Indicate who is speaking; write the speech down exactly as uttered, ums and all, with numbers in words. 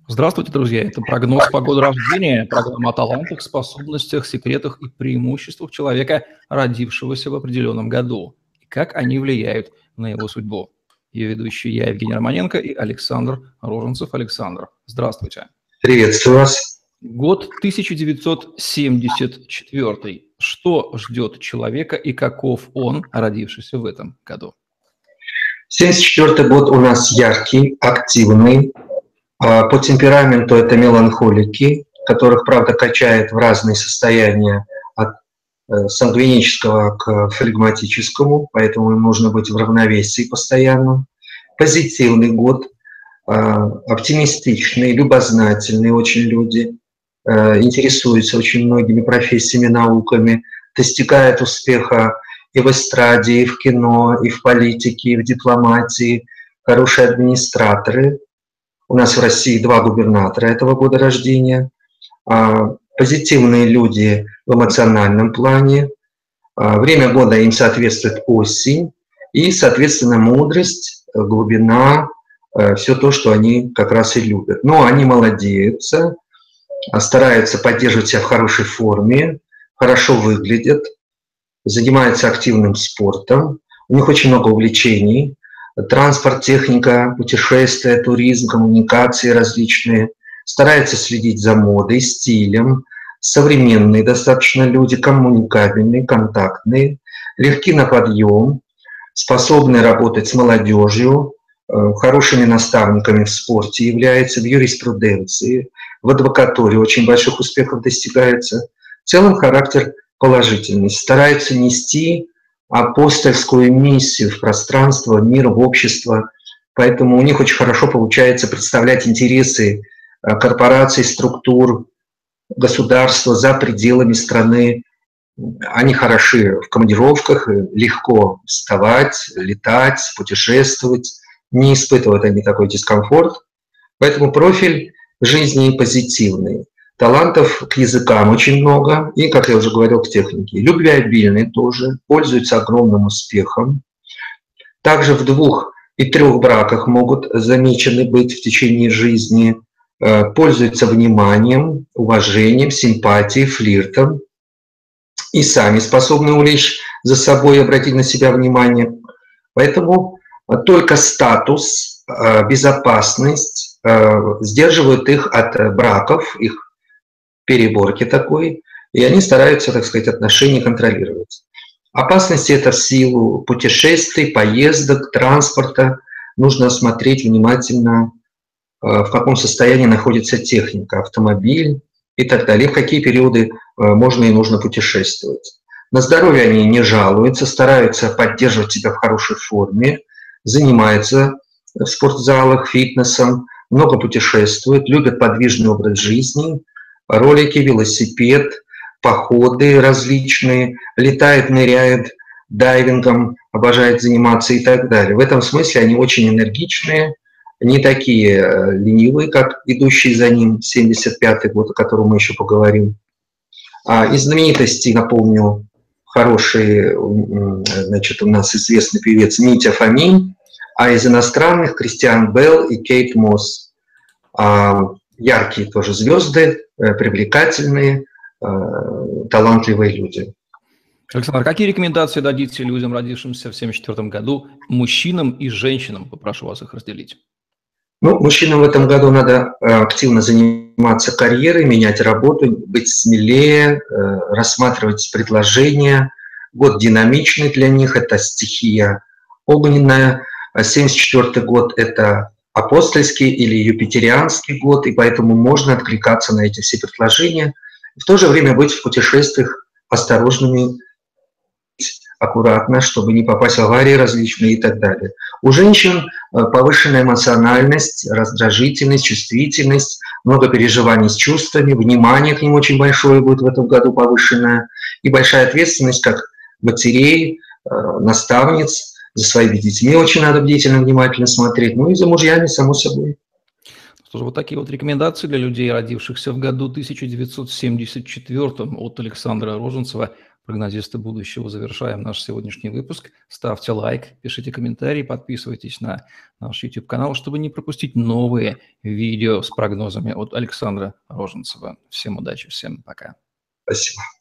Speaker 1: Здравствуйте, друзья! Это прогноз по году рождения, программа о талантах, способностях, секретах и преимуществах человека, родившегося в определенном году, и как они влияют на его судьбу. Ее ведущие я, Евгений Романенко, и Александр Роженцев. Александр, здравствуйте.
Speaker 2: Приветствую вас.
Speaker 1: Год тысяча девятьсот семьдесят четвёртый. Что ждет человека и каков он, родившийся в этом году?
Speaker 2: семьдесят четвёртый год у нас яркий, активный. По темпераменту это меланхолики, которых, правда, качает в разные состояния от сангвинического к флегматическому, поэтому им нужно быть в равновесии постоянно. Позитивный год, оптимистичный, любознательные очень люди, интересуются очень многими профессиями, науками, достигают успеха и в эстраде, и в кино, и в политике, и в дипломатии, хорошие администраторы. У нас в России два губернатора этого года рождения, позитивные люди в эмоциональном плане. Время года им соответствует осень и, соответственно, мудрость, глубина, все то, что они как раз и любят. Но они молодеются, стараются поддерживать себя в хорошей форме, хорошо выглядят, занимаются активным спортом. У них очень много увлечений. Транспорт, техника, путешествия, туризм, коммуникации различные. Стараются следить за модой, стилем. Современные достаточно люди, коммуникабельные, контактные, легки на подъем, способны работать с молодежью, хорошими наставниками в спорте являются, в юриспруденции, в адвокатуре очень больших успехов достигается. В целом характер положительный. Стараются нести апостольскую миссию в пространство, в мир, в общество. Поэтому у них очень хорошо получается представлять интересы корпораций, структур, государства за пределами страны. Они хороши в командировках, легко вставать, летать, путешествовать. Не испытывают они такой дискомфорт. Поэтому профиль жизни позитивный. Талантов к языкам очень много, и, как я уже говорил, к технике. Любвеобильные тоже, пользуются огромным успехом. Также в двух и трех браках могут замечены быть в течение жизни, пользуются вниманием, уважением, симпатией, флиртом. И сами способны увлечь за собой и обратить на себя внимание. Поэтому только статус, безопасность сдерживают их от браков, их переборки такой, и они стараются, так сказать, отношения контролировать. Опасности это в силу путешествий, поездок, транспорта. Нужно смотреть внимательно, в каком состоянии находится техника, автомобиль и так далее, в какие периоды можно и нужно путешествовать. На здоровье они не жалуются, стараются поддерживать себя в хорошей форме, занимаются в спортзалах, фитнесом, много путешествуют, любят подвижный образ жизни, ролики, велосипед, походы различные, летают, ныряют, дайвингом, обожают заниматься и так далее. В этом смысле они очень энергичные, не такие ленивые, как идущий за ним семьдесят пятый год, о котором мы еще поговорим. А из знаменитостей, напомню, хороший, значит, у нас известный певец Митя Фомин, а из иностранных Кристиан Белл и Кейт Мосс. Яркие тоже звезды, привлекательные, талантливые люди.
Speaker 1: Александр, какие рекомендации дадите людям, родившимся в семьдесят четвёртом году, мужчинам и женщинам? Попрошу вас их разделить.
Speaker 2: Ну, мужчинам в этом году надо активно заниматься карьерой, менять работу, быть смелее, рассматривать предложения. Год динамичный для них, это стихия огненная. семьдесят четвёртый год – это апостольский или юпитерианский год, и поэтому можно откликаться на эти все предложения. В то же время быть в путешествиях осторожными, аккуратно, чтобы не попасть в аварии различные и так далее. У женщин повышенная эмоциональность, раздражительность, чувствительность, много переживаний с чувствами, внимание к ним очень большое будет в этом году повышенное, и большая ответственность как матерей, наставниц, за своими детьми очень надо бдительно, внимательно смотреть, ну и за мужьями, само собой.
Speaker 1: Что же, вот такие вот рекомендации для людей, родившихся в году тысяча девятьсот семьдесят четвёртом от Александра Роженцева. прогнозисты будущего, завершаем наш сегодняшний выпуск. Ставьте лайк, пишите комментарии, подписывайтесь на наш YouTube-канал, чтобы не пропустить новые видео с прогнозами от Александра Роженцева. Всем удачи, всем пока.
Speaker 2: Спасибо.